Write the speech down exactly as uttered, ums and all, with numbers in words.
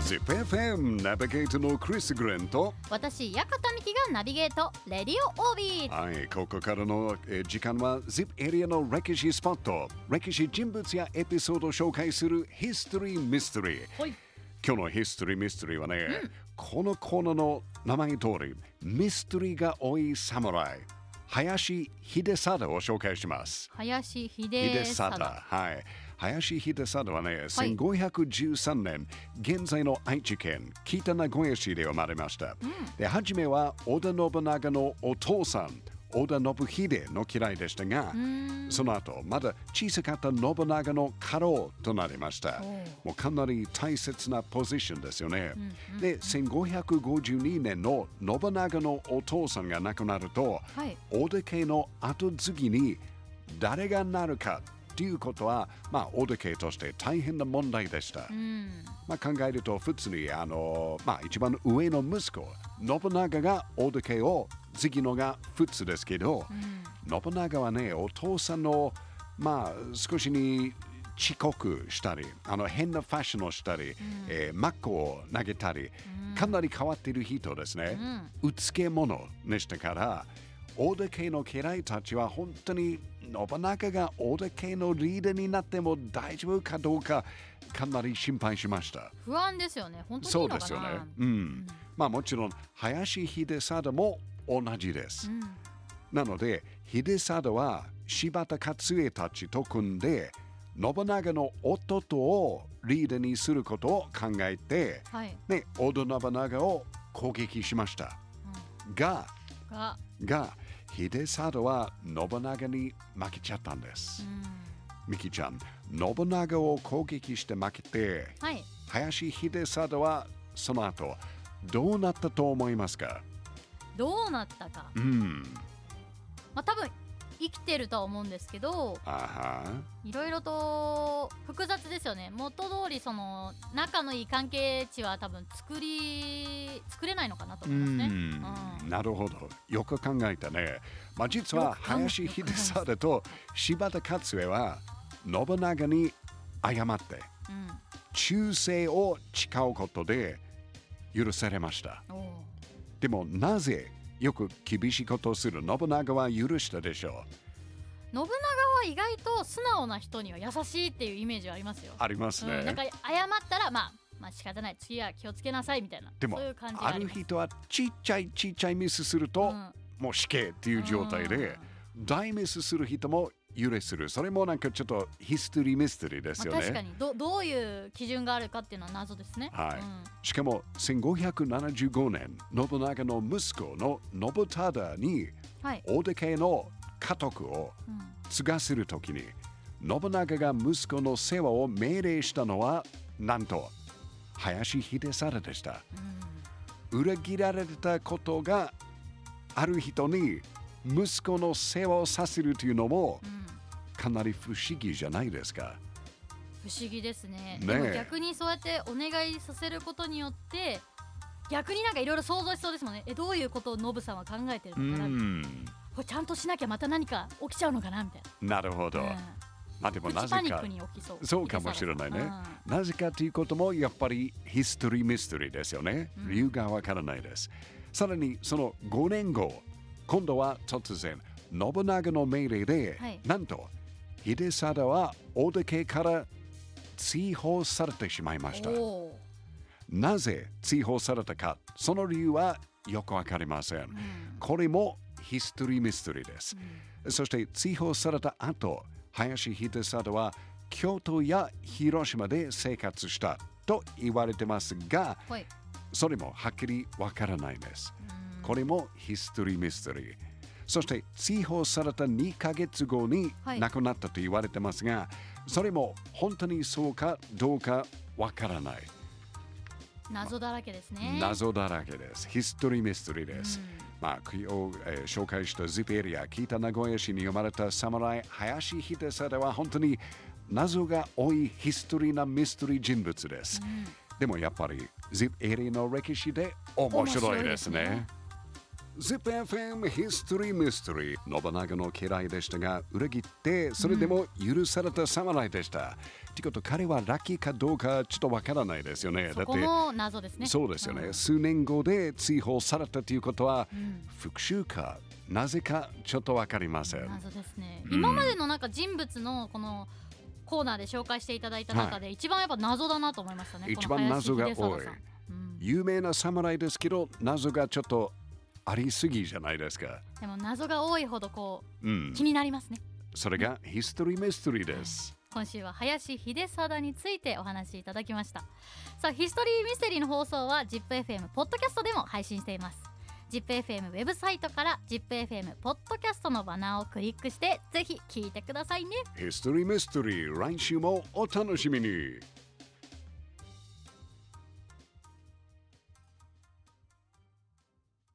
ジップ エフエム ナビゲートのクリス・グレンと私、館美希がナビゲートレディオオービー。 はい、ここからの、えー時間は ジップ エリアの歴史スポット、歴史人物やエピソードを紹介するヒストリー・ミステリー。 はい、 今日のヒストリー・ミステリーはね、うん、このコーナーの名前通りミステリーが多い侍林秀貞を紹介します。 林秀貞、はい。林秀貞はね、はい、せんごひゃくじゅうさんねん、現在の愛知県北名古屋市で生まれました。うん、で、初めは織田信長のお父さん、織田信秀の嫌いでしたが、その後、まだ小さかった信長の家老となりました。もうかなり大切なポジションですよね。うんうん、で、せんごひゃくごじゅうにねんの信長のお父さんが亡くなると、はい、織田家の後継ぎに誰がなるかということは、まあ、織田家として大変な問題でした。うん、まあ、考えると、普通にあの、まあ、一番上の息子、信長が織田家を継ぐのが普通ですけど、うん、信長はね、お父さんの、まあ、少しに遅刻したり、あの変なファッションをしたり、うん、えー、マッコを投げたり、うん、かなり変わっている人ですね。うん、うつけ者でしたから、織田家の家来たちは本当に信長が織田家のリーダーになっても大丈夫かどうかかなり心配しました。 不安ですよね。本当にいいのかな。そうですよね。 うん。うん、まあもちろん林秀貞も同じです。うん、なので秀貞は柴田勝家たちと組んで信長の弟をリーダーにすることを考えて、はい、ね、織田信長を攻撃しました。うん、ががが秀貞は信長に負けちゃったんです。ミキちゃん、信長を攻撃して負けて、はい、林秀貞はその後どうなったと思いますか？ どうなったか、うん、まあ多分生きてるとは思うんですけど、いろいろと複雑ですよね。元通りその仲のいい関係値は多分作り作れないのかなと思いますね。 うん、なるほど、よく考えたね。まあ、実は林秀貞と柴田勝家は信長に謝って、うん、忠誠を誓うことで許されました。でもなぜよく厳しいことをする信長は許したでしょう？ 信長は意外と素直な人には優しいっていうイメージはありますよ。 ありますね。 うん、なんか謝ったら、まあ、まあ仕方ない、次は気をつけなさいみたいな。 でもそういう感じがあります。ある人はちっちゃいちっちゃいミスすると、うん、もう死刑っていう状態で、うん、大ミスする人も許する。それもなんかちょっとヒストリーミステリーですよね。まあ、 確かに ど, どういう基準があるかっていうのは謎ですね。 はい。 うん、 しかもせんごひゃくななじゅうごねん、信長の息子の信忠に、はい、織田家の家督を継がせるときに、うん、信長が息子の世話を命令したのはなんと林秀貞でした。うん、裏切られたことがある人に息子の世話をさせるというのも、うん、かなり不思議じゃないですか？ 不思議ですね。でも逆にそうやってお願いさせることによって逆になんかいろいろ想像しそうですもんね。え、どういうことをノブさんは考えてるのかな、うん、これちゃんとしなきゃまた何か起きちゃうのかなみたいな。 なるほど、うん、まあでもなぜかパニックに起きそう。 そうかもしれないね、うん、なぜかということもやっぱりヒストリーミステリーですよね、うん、理由がわからないです。さらにそのごねんご、今度は突然信長の命令で、はい、なんと秀貞は織田家から追放されてしまいました。なぜ追放されたか、その理由はよくわかりません、うん、これもヒストリーミステリーです、うん、そして追放された後、林秀貞は京都や広島で生活したと言われてますが、はい、それもはっきりわからないです、うん、これもヒストリーミステリー。そして追放されたにかげつごに亡くなったと言われてますが、はい、それも本当にそうかどうかわからない。 謎だらけですね。 謎だらけです。ヒストリーミステリーです。うん、まあ、今日、えー、紹介したジップエリア北名古屋市に生まれた侍林秀貞は本当に謎が多いヒストリーなミステリー人物です。うん、でもやっぱりジップエリアの歴史で面白いですね。 ゼップ エフエム History Mystery 信長の家来でしたが裏切ってそれでも許された侍でした、うん、ってこと彼はラッキーかどうかちょっとわからないですよね。 そこも謎ですね。 そうですよね、 うん、 数年後で追放されたということは、うん、復讐かなぜかちょっとわかりません。 謎ですね、うん、今までのなんか人物のこのコーナーで紹介していただいた中で、はい、一番やっぱ謎だなと思いましたね。 一番謎が多い、うん、有名な侍ですけど謎がちょっとありすぎじゃないですか。 でも謎が多いほどこう、うん、気になりますね。 それがヒストリーミステリーです。 今週は林秀貞についてお話しいただきました。さあヒストリーミステリーの放送は ジップエフエム ポッドキャストでも配信しています。 ジップエフエム ウェブサイトから ジップエフエム ポッドキャストのバナーをクリックしてぜひ聞いてくださいね。 ヒストリーミステリー来週もお楽しみに。